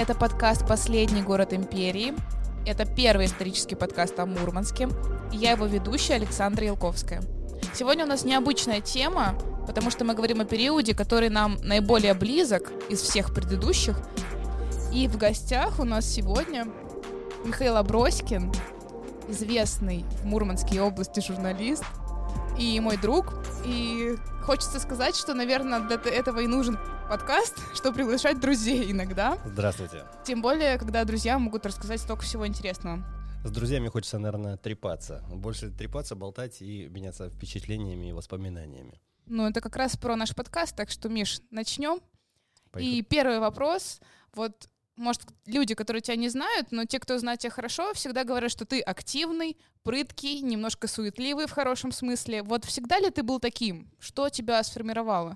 Это подкаст «Последний город империи». Это первый исторический подкаст о Мурманске. И я его ведущая Александра Елковская. Сегодня у нас необычная тема, потому что мы говорим о периоде, который нам наиболее близок из всех предыдущих. И в гостях у нас сегодня Михаил Аброськин, известный в Мурманской области журналист и мой друг. И хочется сказать, что, наверное, для этого и нужен подкаст, чтобы приглашать друзей иногда. Здравствуйте. Тем более, когда друзья могут рассказать столько всего интересного. С друзьями хочется, наверное, трепаться. Больше трепаться, болтать и меняться впечатлениями и воспоминаниями. Ну, это как раз про наш подкаст, так что, Миш, начнем. Поехали. И первый вопрос. Вот, может, люди, которые тебя не знают, но те, кто знает тебя хорошо, всегда говорят, что ты активный, прыткий, немножко суетливый в хорошем смысле. Вот всегда ли ты был таким? Что тебя сформировало?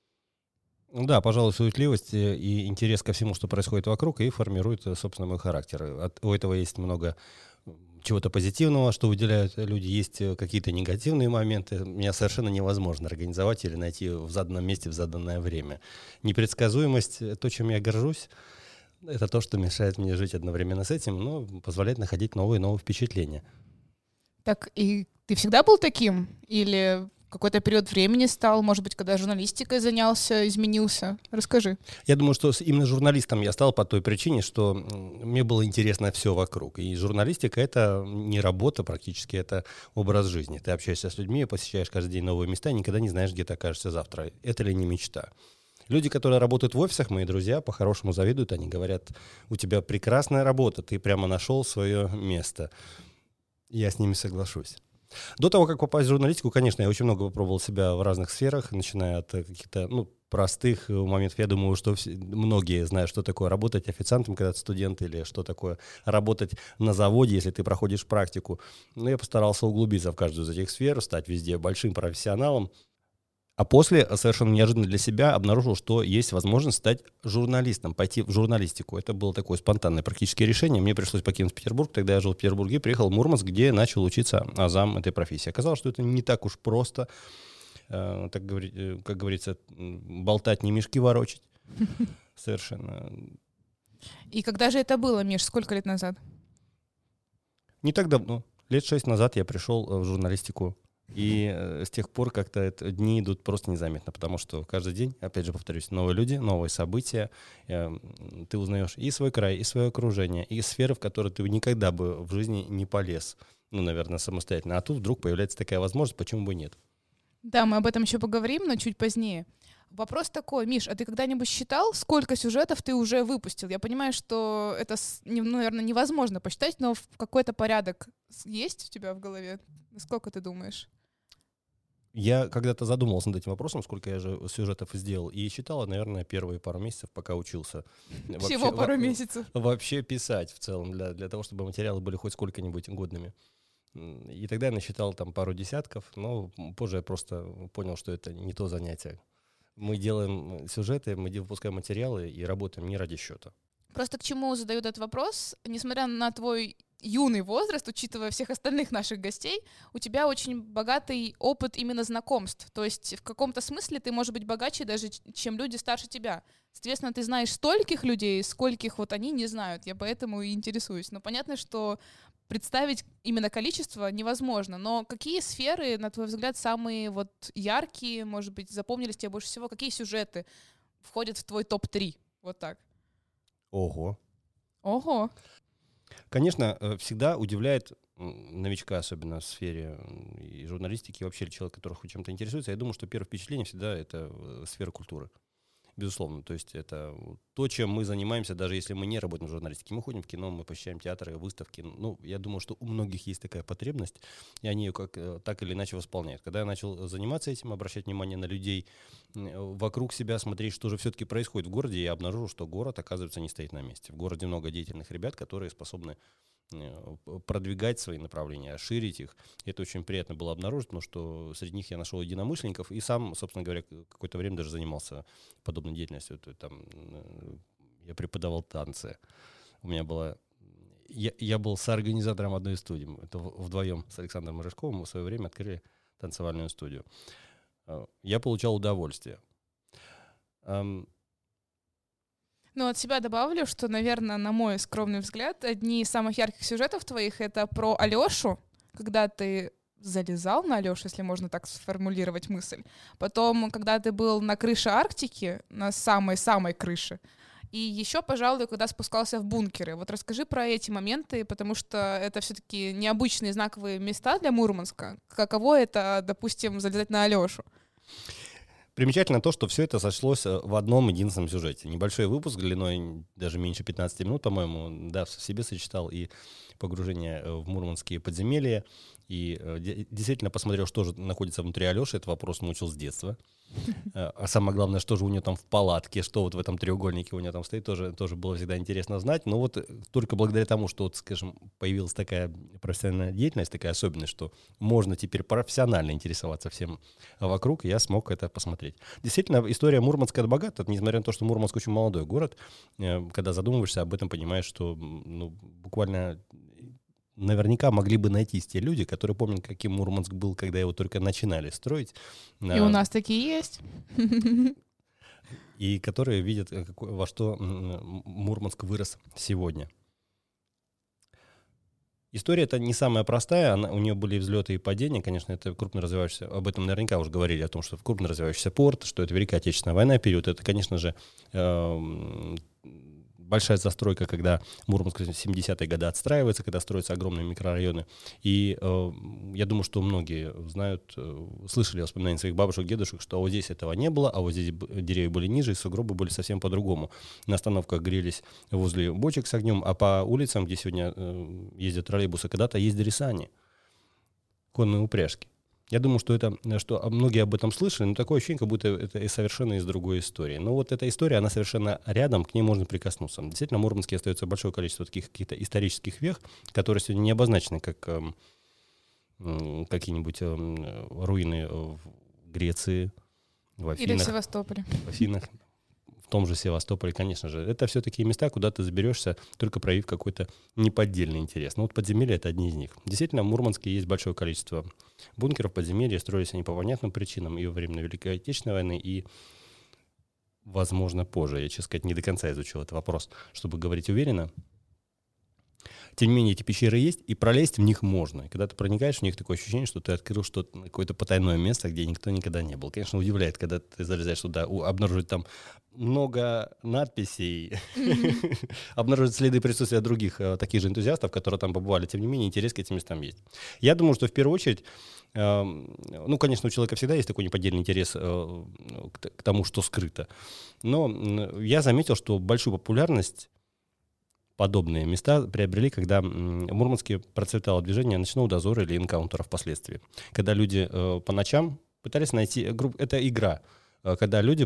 Да, пожалуй, суетливость и интерес ко всему, что происходит вокруг, и формирует, собственно, мой характер. У этого есть много чего-то позитивного, что выделяют люди, есть какие-то негативные моменты. Меня совершенно невозможно организовать или найти в заданном месте в заданное время. Непредсказуемость, то, чем я горжусь, это то, что мешает мне жить одновременно с этим, но позволяет находить новые и новые впечатления. Так, и ты всегда был таким? Или какой-то период времени стал, может быть, когда журналистикой занялся, изменился? Расскажи. Я думаю, что именно журналистом я стал по той причине, что мне было интересно все вокруг. И журналистика — это не работа практически, это образ жизни. Ты общаешься с людьми, посещаешь каждый день новые места, и никогда не знаешь, где ты окажешься завтра. Это ли не мечта? Люди, которые работают в офисах, мои друзья, по-хорошему завидуют. Они говорят: у тебя прекрасная работа, ты прямо нашел свое место. Я с ними соглашусь. До того, как попасть в журналистику, конечно, я очень много попробовал себя в разных сферах, начиная от каких-то простых моментов. Я думаю, что многие знают, что такое работать официантом, когда ты студент, или что такое работать на заводе, если ты проходишь практику. Но я постарался углубиться в каждую из этих сфер, стать везде большим профессионалом. А после, совершенно неожиданно для себя, обнаружил, что есть возможность стать журналистом, пойти в журналистику. Это было такое спонтанное практически решение. Мне пришлось покинуть Петербург. Тогда я жил в Петербурге, приехал в Мурманск, где начал учиться азам этой профессии. Оказалось, что это не так уж просто, как говорится, болтать, не мешки ворочать. Совершенно. И когда же это было, Миш? Сколько лет назад? Не так давно. Лет 6 назад я пришел в журналистику. И с тех пор как-то дни идут просто незаметно, потому что каждый день, опять же повторюсь, новые люди, новые события. Ты узнаешь и свой край, и свое окружение, и сферы, в которые ты никогда бы в жизни не полез, наверное, самостоятельно. А тут вдруг появляется такая возможность, почему бы нет? Да, мы об этом еще поговорим, но чуть позднее. Вопрос такой, Миш, а ты когда-нибудь считал, сколько сюжетов ты уже выпустил? Я понимаю, что это, наверное, невозможно посчитать, но какой-то порядок есть у тебя в голове? Сколько ты думаешь? Я когда-то задумывался над этим вопросом, сколько я же сюжетов сделал, и считал, наверное, первые пару месяцев, пока учился. Всего пару месяцев. Вообще писать в целом, для того, чтобы материалы были хоть сколько-нибудь годными. И тогда я насчитал там пару десятков, но позже я просто понял, что это не то занятие. Мы делаем сюжеты, мы выпускаем материалы и работаем не ради счета. Просто к чему задают этот вопрос? Несмотря на твой юный возраст, учитывая всех остальных наших гостей, у тебя очень богатый опыт именно знакомств. То есть в каком-то смысле ты можешь быть богаче даже, чем люди старше тебя. Соответственно, ты знаешь стольких людей, скольких вот они не знают. Я поэтому и интересуюсь. Но понятно, что представить именно количество невозможно. Но какие сферы, на твой взгляд, самые вот яркие, может быть, запомнились тебе больше всего? Какие сюжеты входят в твой топ-3? Вот так. Ого. Ого. Конечно, всегда удивляет новичка, особенно в сфере и журналистики, и вообще человек, который хоть чем-то интересуется. Я думаю, что первое впечатление всегда это сфера культуры. Безусловно. То есть это то, чем мы занимаемся, даже если мы не работаем в журналистике. Мы ходим в кино, мы посещаем театры, выставки. Я думаю, что у многих есть такая потребность, и они ее так или иначе восполняют. Когда я начал заниматься этим, обращать внимание на людей вокруг себя, смотреть, что же все-таки происходит в городе, я обнаружил, что город, оказывается, не стоит на месте. В городе много деятельных ребят, которые способны продвигать свои направления, ширить их. И это очень приятно было обнаружить, потому что среди них я нашел единомышленников и сам, собственно говоря, какое-то время даже занимался подобной деятельностью. Там, я преподавал танцы. У меня была... Я был соорганизатором одной из студий. Это вдвоем с Александром Рыжковым в свое время открыли танцевальную студию. Я получал удовольствие. Ну, от себя добавлю, что, наверное, на мой скромный взгляд, одни из самых ярких сюжетов твоих — это про Алёшу, когда ты залезал на Алёшу, если можно так сформулировать мысль. Потом, когда ты был на крыше Арктики, на самой-самой крыше. И еще, пожалуй, когда спускался в бункеры. Вот расскажи про эти моменты, потому что это все-таки необычные знаковые места для Мурманска. Каково это, допустим, залезать на Алёшу? Примечательно то, что все это сошлось в одном единственном сюжете. Небольшой выпуск длиной даже меньше 15 минут, по-моему, да, в себе сочетал и погружение в мурманские подземелья, и действительно посмотрел, что же находится внутри Алёши. Этот вопрос мучил с детства. А самое главное, что же у нее там в палатке, что вот в этом треугольнике у нее там стоит, тоже было всегда интересно знать. Но вот только благодаря тому, что, вот, скажем, появилась такая профессиональная деятельность, такая особенность, что можно теперь профессионально интересоваться всем вокруг, я смог это посмотреть. Действительно, история Мурманска богата, несмотря на то, что Мурманск очень молодой город. Когда задумываешься об этом, понимаешь, что буквально наверняка могли бы найтись те люди, которые помнят, каким Мурманск был, когда его только начинали строить. И у нас такие есть. И которые видят, во что Мурманск вырос сегодня. История эта не самая простая, у нее были взлеты и падения, конечно, это крупно развивающийся, об этом наверняка уже говорили, о том, что крупно развивающийся порт, что это Великая Отечественная война период, это, конечно же, большая застройка, когда Мурманск в 70-е годы отстраивается, когда строятся огромные микрорайоны. И я думаю, что многие знают, слышали воспоминания своих бабушек, дедушек, что вот здесь этого не было, а вот здесь деревья были ниже, и сугробы были совсем по-другому. На остановках грелись возле бочек с огнем, а по улицам, где сегодня ездят троллейбусы, когда-то ездили сани, конные упряжки. Я думаю, что многие об этом слышали, но такое ощущение, как будто это совершенно из другой истории. Но вот эта история, она совершенно рядом, к ней можно прикоснуться. Действительно, в Мурманске остается большое количество таких каких-то исторических вех, которые сегодня не обозначены как какие-нибудь руины в Греции, в Афинах. Или в Севастополе. В Афинах. В том же Севастополе, конечно же. Это все такие места, куда ты заберешься, только проявив какой-то неподдельный интерес. Но вот подземелья — это одни из них. Действительно, в Мурманске есть большое количество бункеров, подземелья. Строились они по понятным причинам и во время Великой Отечественной войны, и, возможно, позже. Я, честно сказать, не до конца изучил этот вопрос, чтобы говорить уверенно. Тем не менее, эти пещеры есть, и пролезть в них можно. И когда ты проникаешь в них, такое ощущение, что ты открыл что-то, какое-то потайное место, где никто никогда не был. Конечно, удивляет, когда ты залезаешь туда, обнаружить там много надписей, обнаружить следы присутствия других таких же энтузиастов, которые там побывали. Тем не менее, интерес к этим местам есть. Я думаю, что в первую очередь, конечно, у человека всегда есть такой неподдельный интерес к тому, что скрыто. Но я заметил, что большую популярность подобные места приобрели, когда в Мурманске процветало движение ночного дозора или энкаунтера впоследствии. Когда люди по ночам пытались найти... Это игра. Когда люди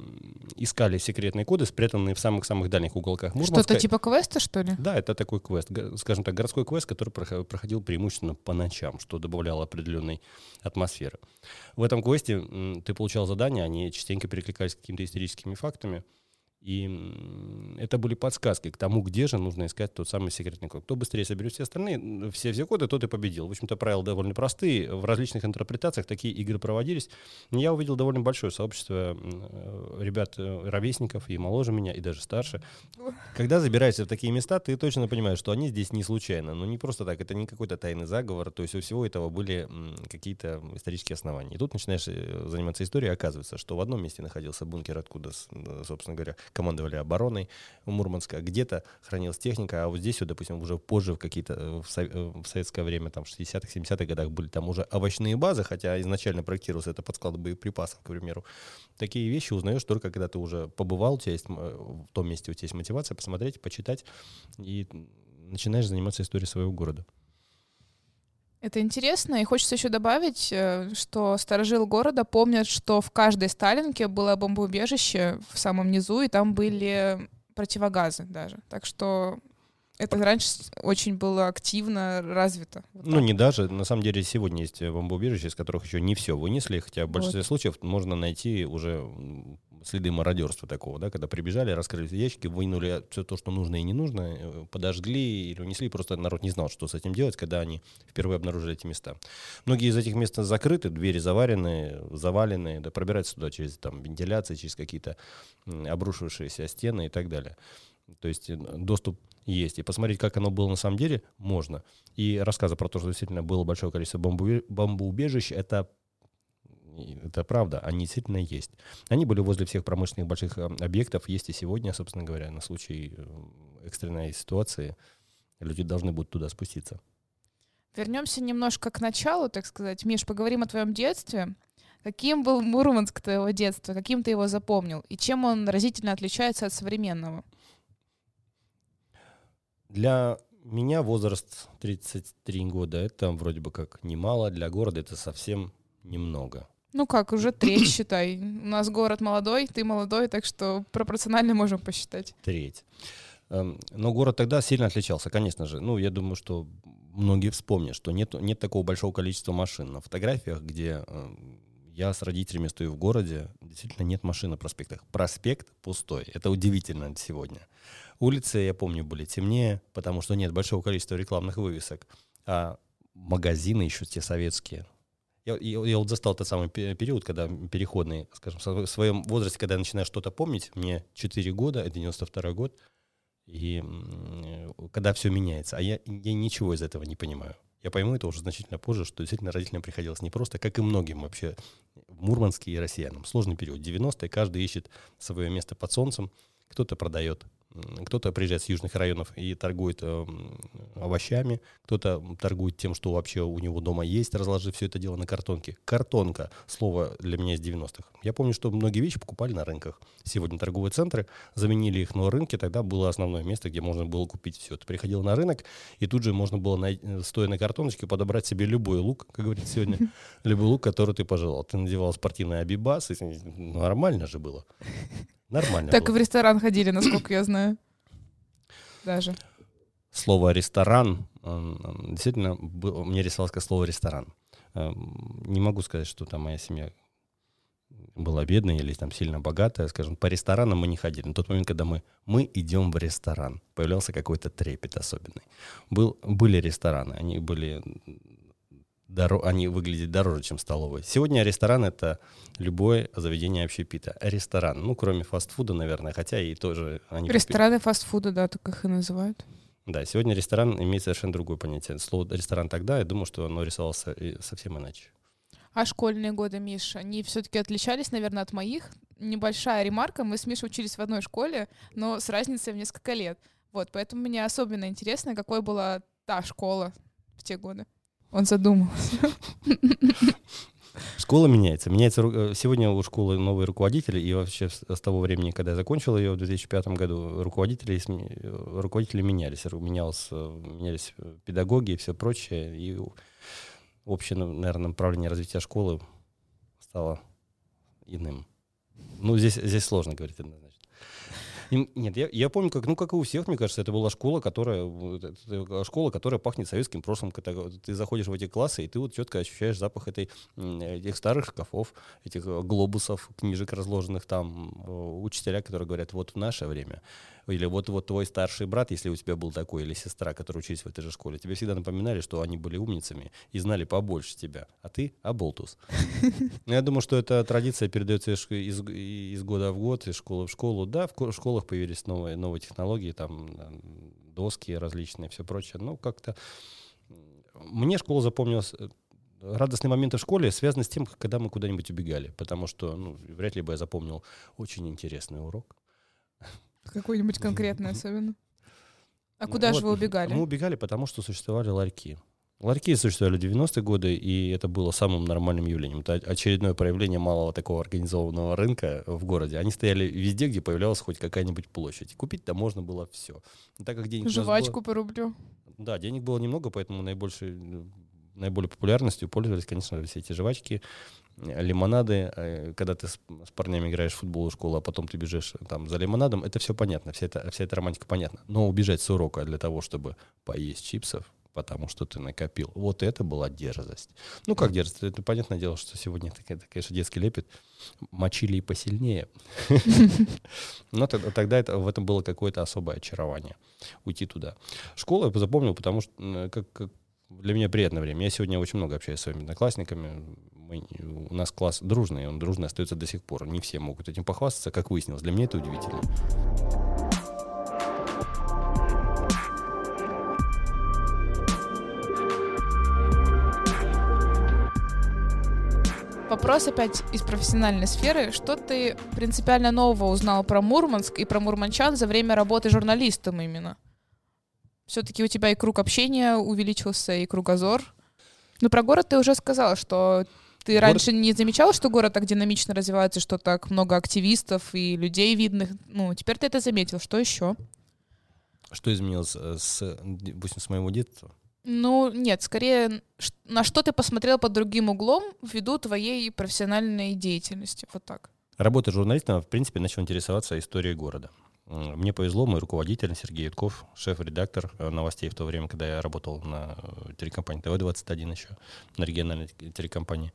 искали секретные коды, спрятанные в самых-самых дальних уголках Мурманска. Что-то типа квеста, что ли? Да, это такой квест. Скажем так, городской квест, который проходил преимущественно по ночам, что добавляло определенной атмосферы. В этом квесте ты получал задания, они частенько перекликались с какими-то историческими фактами. И это были подсказки к тому, где же нужно искать тот самый секретный код. Кто быстрее соберет все остальные, все коды, тот и победил. В общем-то, правила довольно простые. В различных интерпретациях такие игры проводились. Я увидел довольно большое сообщество ребят, ровесников, и моложе меня, и даже старше. Когда забираешься в такие места, ты точно понимаешь, что они здесь не случайно. Но не просто так, это не какой-то тайный заговор. То есть у всего этого были какие-то исторические основания. И тут начинаешь заниматься историей, оказывается, что в одном месте находился бункер, откуда, собственно говоря, командовали обороной Мурманска, где-то хранилась техника, а вот здесь, вот, допустим, уже позже в советское время, там, в 60-х, 70-х годах были там уже овощные базы, хотя изначально проектировался это под склад боеприпасов, к примеру. Такие вещи узнаешь только, когда ты уже побывал, у тебя есть, в том месте у тебя есть мотивация посмотреть, почитать, и начинаешь заниматься историей своего города. Это интересно, и хочется еще добавить, что старожилы города помнят, что в каждой сталинке было бомбоубежище в самом низу, и там были противогазы даже. Так что это раньше очень было активно развито. Не даже. На самом деле сегодня есть бомбоубежища, из которых еще не все вынесли, хотя в большинстве случаев можно найти уже следы мародерства такого, да, когда прибежали, раскрыли ящики, вынули все то, что нужно и не нужно, подожгли или унесли, просто народ не знал, что с этим делать, когда они впервые обнаружили эти места. Многие из этих мест закрыты, двери заварены, завалены, да, пробираются туда через там, вентиляции, через какие-то обрушившиеся стены и так далее. То есть доступ есть. И посмотреть, как оно было на самом деле, можно. И рассказы про то, что действительно было большое количество бомбоубежищ, это правда, они действительно есть. Они были возле всех промышленных больших объектов, есть и сегодня, собственно говоря, на случай экстренной ситуации люди должны будут туда спуститься. Вернемся немножко к началу, так сказать. Миш, поговорим о твоем детстве. Каким был Мурманск твоего детства? Каким ты его запомнил? И чем он разительно отличается от современного? Для меня возраст 33 года — это вроде бы как немало, для города это совсем немного. Ну как, уже треть, считай. У нас город молодой, ты молодой, так что пропорционально можем посчитать. Треть. Но город тогда сильно отличался, конечно же. Ну, я думаю, что многие вспомнят, что нет такого большого количества машин. На фотографиях, где я с родителями стою в городе, действительно нет машин на проспектах. Проспект пустой. Это удивительно сегодня. Улицы, я помню, были темнее, потому что нет большого количества рекламных вывесок. А магазины еще те советские. Я вот застал тот самый период, когда переходный, скажем, в своем возрасте, когда я начинаю что-то помнить, мне 4 года, это 92-й год, и когда все меняется, а я ничего из этого не понимаю. Я пойму это уже значительно позже, что действительно родителям приходилось непросто, как и многим вообще в Мурманске и россиянам. Сложный период. 90-е, каждый ищет свое место под солнцем, кто-то продает, кто-то приезжает с южных районов и торгует овощами, кто-то торгует тем, что вообще у него дома есть, разложив все это дело на картонке. Картонка — слово для меня из 90-х. Я помню, что многие вещи покупали на рынках. Сегодня торговые центры заменили их на рынке, тогда было основное место, где можно было купить все. Ты приходил на рынок, и тут же можно было, стоя на картоночке, подобрать себе любой лук, как говорится сегодня, любой лук, который ты пожелал. Ты надевал спортивный абибас, и нормально же было. Нормально Так было. и в ресторан ходили, насколько я знаю. Даже. Слово «ресторан», действительно, мне рисовалось как слово «ресторан». Не могу сказать, что там моя семья была бедная или там сильно богатая. Скажем, по ресторанам мы не ходили. На тот момент, когда мы идем в ресторан, появлялся какой-то трепет особенный. Были рестораны, они выглядят дороже, чем столовые. Сегодня ресторан — это любое заведение общепита. Ресторан, ну, кроме фастфуда, наверное, хотя и тоже... Рестораны фастфуда, да, так их и называют. Да, сегодня ресторан имеет совершенно другое понятие. Слово «ресторан» тогда, я думаю, что оно рисовалось совсем иначе. А школьные годы, Миш, они все-таки отличались, наверное, от моих? Небольшая ремарка, мы с Мишей учились в одной школе, но с разницей в несколько лет. Вот, поэтому мне особенно интересно, какой была та школа в те годы. Он задумался. Школа меняется. Сегодня у школы новые руководители, и вообще с того времени, когда я закончил ее в 2005 году, руководители менялись. Менялись педагоги и все прочее. И общее, наверное, направление развития школы стало иным. Ну, здесь сложно говорить однозначно. Нет, я помню, как и у всех, мне кажется, это была школа, которая пахнет советским прошлым. Когда ты заходишь в эти классы, и ты вот четко ощущаешь запах этих старых шкафов, этих глобусов, книжек разложенных там, учителя, которые говорят, вот в наше время. Или вот твой старший брат, если у тебя был такой, или сестра, которые учились в этой же школе, тебе всегда напоминали, что они были умницами и знали побольше тебя, а ты — оболтус. Я думаю, что эта традиция передается из года в год, из школы в школу. Да, в школах появились новые технологии, там доски различные, все прочее. Но как-то мне школа запомнилась. Радостные моменты в школе связаны с тем, когда мы куда-нибудь убегали, потому что вряд ли бы я запомнил очень интересный урок. Какой-нибудь конкретный особенно. А куда же вы убегали? Мы убегали, потому что существовали ларьки. Ларьки существовали в 90-е годы, и это было самым нормальным явлением. Это очередное проявление малого такого организованного рынка в городе. Они стояли везде, где появлялась хоть какая-нибудь площадь. Купить-то можно было все. Но так как денег жвачку по рублю. Да, денег было немного, поэтому наиболее популярностью пользовались, конечно, все эти жвачки, лимонады. Когда ты с парнями играешь в футбол в школу, а потом ты бежишь там за лимонадом, это все понятно, вся эта романтика понятна. Но убежать с урока для того, чтобы поесть чипсов, потому что ты накопил. Вот это была дерзость. Ну, как дерзость? Это понятное дело, что сегодня это, конечно, детский лепет. Мочили и посильнее. Но тогда в этом было какое-то особое очарование. Уйти туда. Школу я запомнил, потому что как для меня приятное время. Я сегодня очень много общаюсь с своими одноклассниками. У нас класс дружный, и он дружный остается до сих пор. Не все могут этим похвастаться, как выяснилось. Для меня это удивительно. Вопрос опять из профессиональной сферы. Что ты принципиально нового узнал про Мурманск и про мурманчан за время работы журналистом именно? Все-таки у тебя и круг общения увеличился, и кругозор. Ну, про город ты уже сказал, что ты раньше не замечал, что город так динамично развивается, что так много активистов и людей видных. Ну, теперь ты это заметил. Что еще? Что изменилось допустим, с моего детства? Ну, нет, скорее, на что ты посмотрел под другим углом ввиду твоей профессиональной деятельности, вот так. Работая журналистом, в принципе, начал интересоваться историей города. Мне повезло, мой руководитель Сергей Ютков, шеф-редактор новостей в то время, когда я работал на телекомпании ТВ-21 еще, на региональной телекомпании,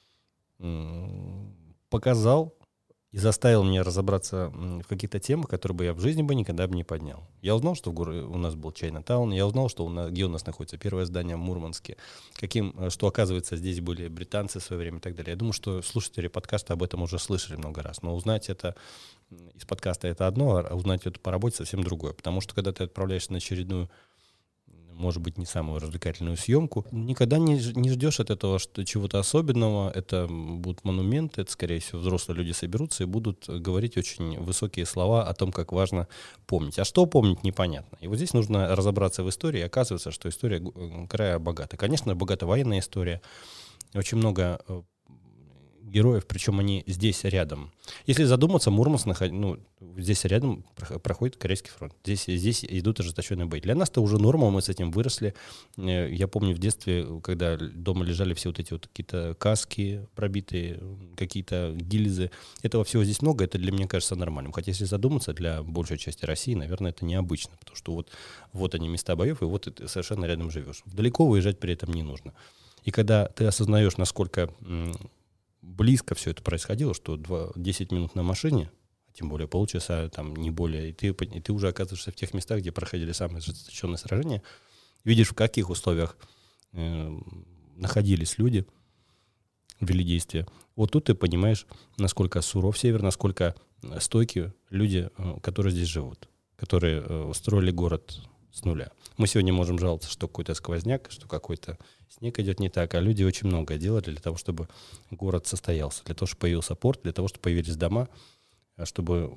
показал и заставил меня разобраться в каких-то темах, которые бы я в жизни бы никогда бы не поднял. Я узнал, что у нас был Чайна-таун, я узнал, что где у нас находится первое здание в Мурманске, что, оказывается, здесь были британцы в свое время и так далее. Я думаю, что слушатели подкаста об этом уже слышали много раз, но узнать это из подкаста это одно, а узнать это по работе совсем другое, потому что когда ты отправляешься на очередную, может быть, не самую развлекательную съемку, никогда не ждешь от этого чего-то особенного. Это будут монументы, это, скорее всего, взрослые люди соберутся и будут говорить очень высокие слова о том, как важно помнить. А что помнить, непонятно. И вот здесь нужно разобраться в истории. И оказывается, что история края богата. Конечно, богата военная история. Очень много героев, причем они здесь рядом. Если задуматься, Мурманск, здесь рядом проходит Корейский фронт. Здесь идут ожесточенные бои. Для нас это уже норма, мы с этим выросли. Я помню в детстве, когда дома лежали все вот эти вот какие-то каски пробитые, какие-то гильзы. Этого всего здесь много, это для меня кажется нормальным. Хотя если задуматься, для большей части России, наверное, это необычно, потому что вот они места боев, и вот ты совершенно рядом живешь. Далеко выезжать при этом не нужно. И когда ты осознаешь, насколько близко все это происходило, что 10 минут на машине, тем более полчаса, там не более, и ты уже оказываешься в тех местах, где проходили самые ожесточенные сражения, видишь, в каких условиях находились люди, вели действия. Вот тут ты понимаешь, насколько суров север, насколько стойкие люди, которые здесь живут, которые строили город с нуля. Мы сегодня можем жаловаться, что какой-то сквозняк, что какой-то снег идет не так, а люди очень многое делали для того, чтобы город состоялся, для того, чтобы появился порт, для того, чтобы появились дома, чтобы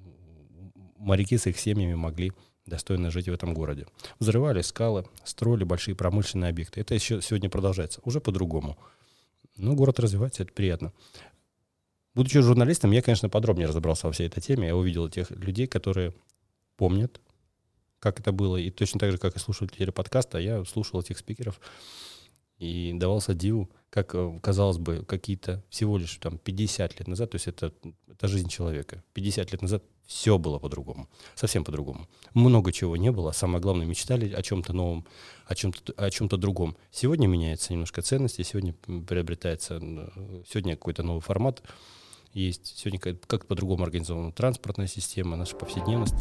моряки с их семьями могли достойно жить в этом городе. Взрывали скалы, строили большие промышленные объекты. Это еще сегодня продолжается, уже по-другому. Но город развивается, это приятно. Будучи журналистом, я, конечно, подробнее разобрался во всей этой теме. Я увидел тех людей, которые помнят, как это было. И точно так же, как и слушатели подкаста, я слушал этих спикеров и давался диву, как, казалось бы, какие-то всего лишь там 50 лет назад, то есть это жизнь человека. 50 лет назад все было по-другому, совсем по-другому. Много чего не было, а самое главное, мечтали о чем-то новом, о чем-то другом. Сегодня меняются немножко ценности, сегодня приобретается, сегодня какой-то новый формат есть, сегодня как-то по-другому организована транспортная система, наша повседневность.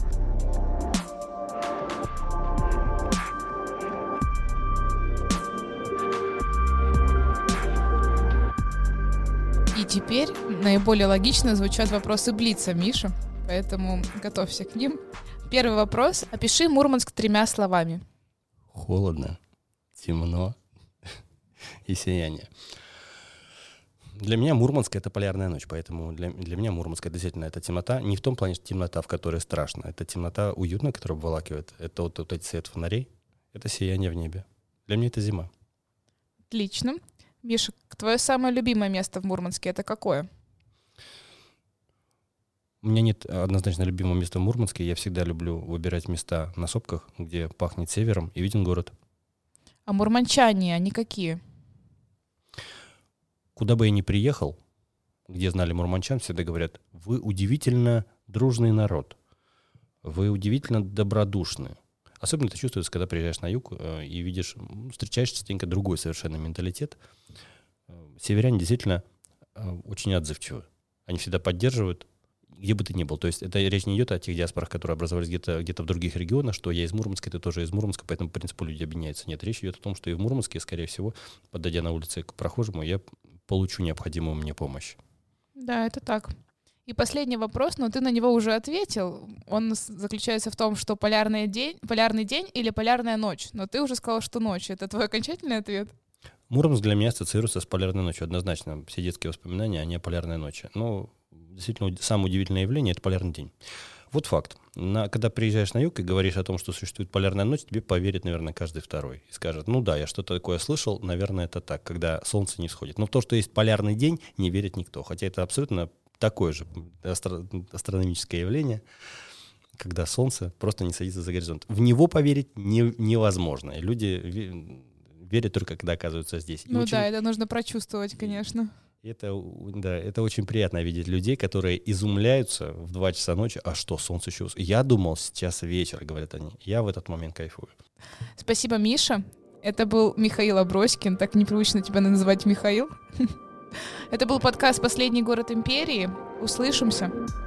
И теперь наиболее логично звучат вопросы Блица, Миша, поэтому готовься к ним. Первый вопрос. Опиши Мурманск 3 словами. Холодно, темно и сияние. Для меня Мурманск — это полярная ночь, поэтому для меня Мурманск — это действительно это темнота. Не в том плане, что темнота, в которой страшно. Это темнота уютная, которая обволакивает. Это вот эти свет фонарей. Это сияние в небе. Для меня это зима. Отлично. Миша, твое самое любимое место в Мурманске — это какое? У меня нет однозначно любимого места в Мурманске. Я всегда люблю выбирать места на сопках, где пахнет севером и виден город. А мурманчане, они какие? Куда бы я ни приехал, где знали мурманчан, всегда говорят: вы удивительно дружный народ, вы удивительно добродушны. Особенно это чувствуется, когда приезжаешь на юг и видишь, встречаешь частенько другой совершенно менталитет. Северяне действительно очень отзывчивы. Они всегда поддерживают, где бы ты ни был. То есть это речь не идет о тех диаспорах, которые образовались где-то в других регионах, что я из Мурманска, ты тоже из Мурманска, поэтому по принципу люди объединяются. Нет, речь идет о том, что и в Мурманске, скорее всего, подойдя на улице к прохожему, я получу необходимую мне помощь. Да, это так. И последний вопрос, но ты на него уже ответил. Он заключается в том, что полярный день или полярная ночь. Но ты уже сказал, что ночь. Это твой окончательный ответ? Мурманск для меня ассоциируется с полярной ночью. Однозначно. Все детские воспоминания, они о полярной ночи. Но действительно, самое удивительное явление — это полярный день. Вот факт. Когда приезжаешь на юг и говоришь о том, что существует полярная ночь, тебе поверит, наверное, каждый второй. И скажет, ну да, я что-то такое слышал, наверное, это так, когда солнце не всходит. Но в то, что есть полярный день, не верит никто. Хотя это абсолютно такое же астрономическое явление, когда солнце просто не садится за горизонт. В него поверить невозможно. И люди верят только, когда оказываются здесь. Ну да, это нужно прочувствовать, конечно. Это очень приятно видеть людей, которые изумляются в 2 часа ночи. А что, солнце еще... Я думал, сейчас вечер, говорят они. Я в этот момент кайфую. Спасибо, Миша. Это был Михаил Аброськин. Так непривычно тебя называть Михаил. Это был подкаст «Последний город империи». Услышимся.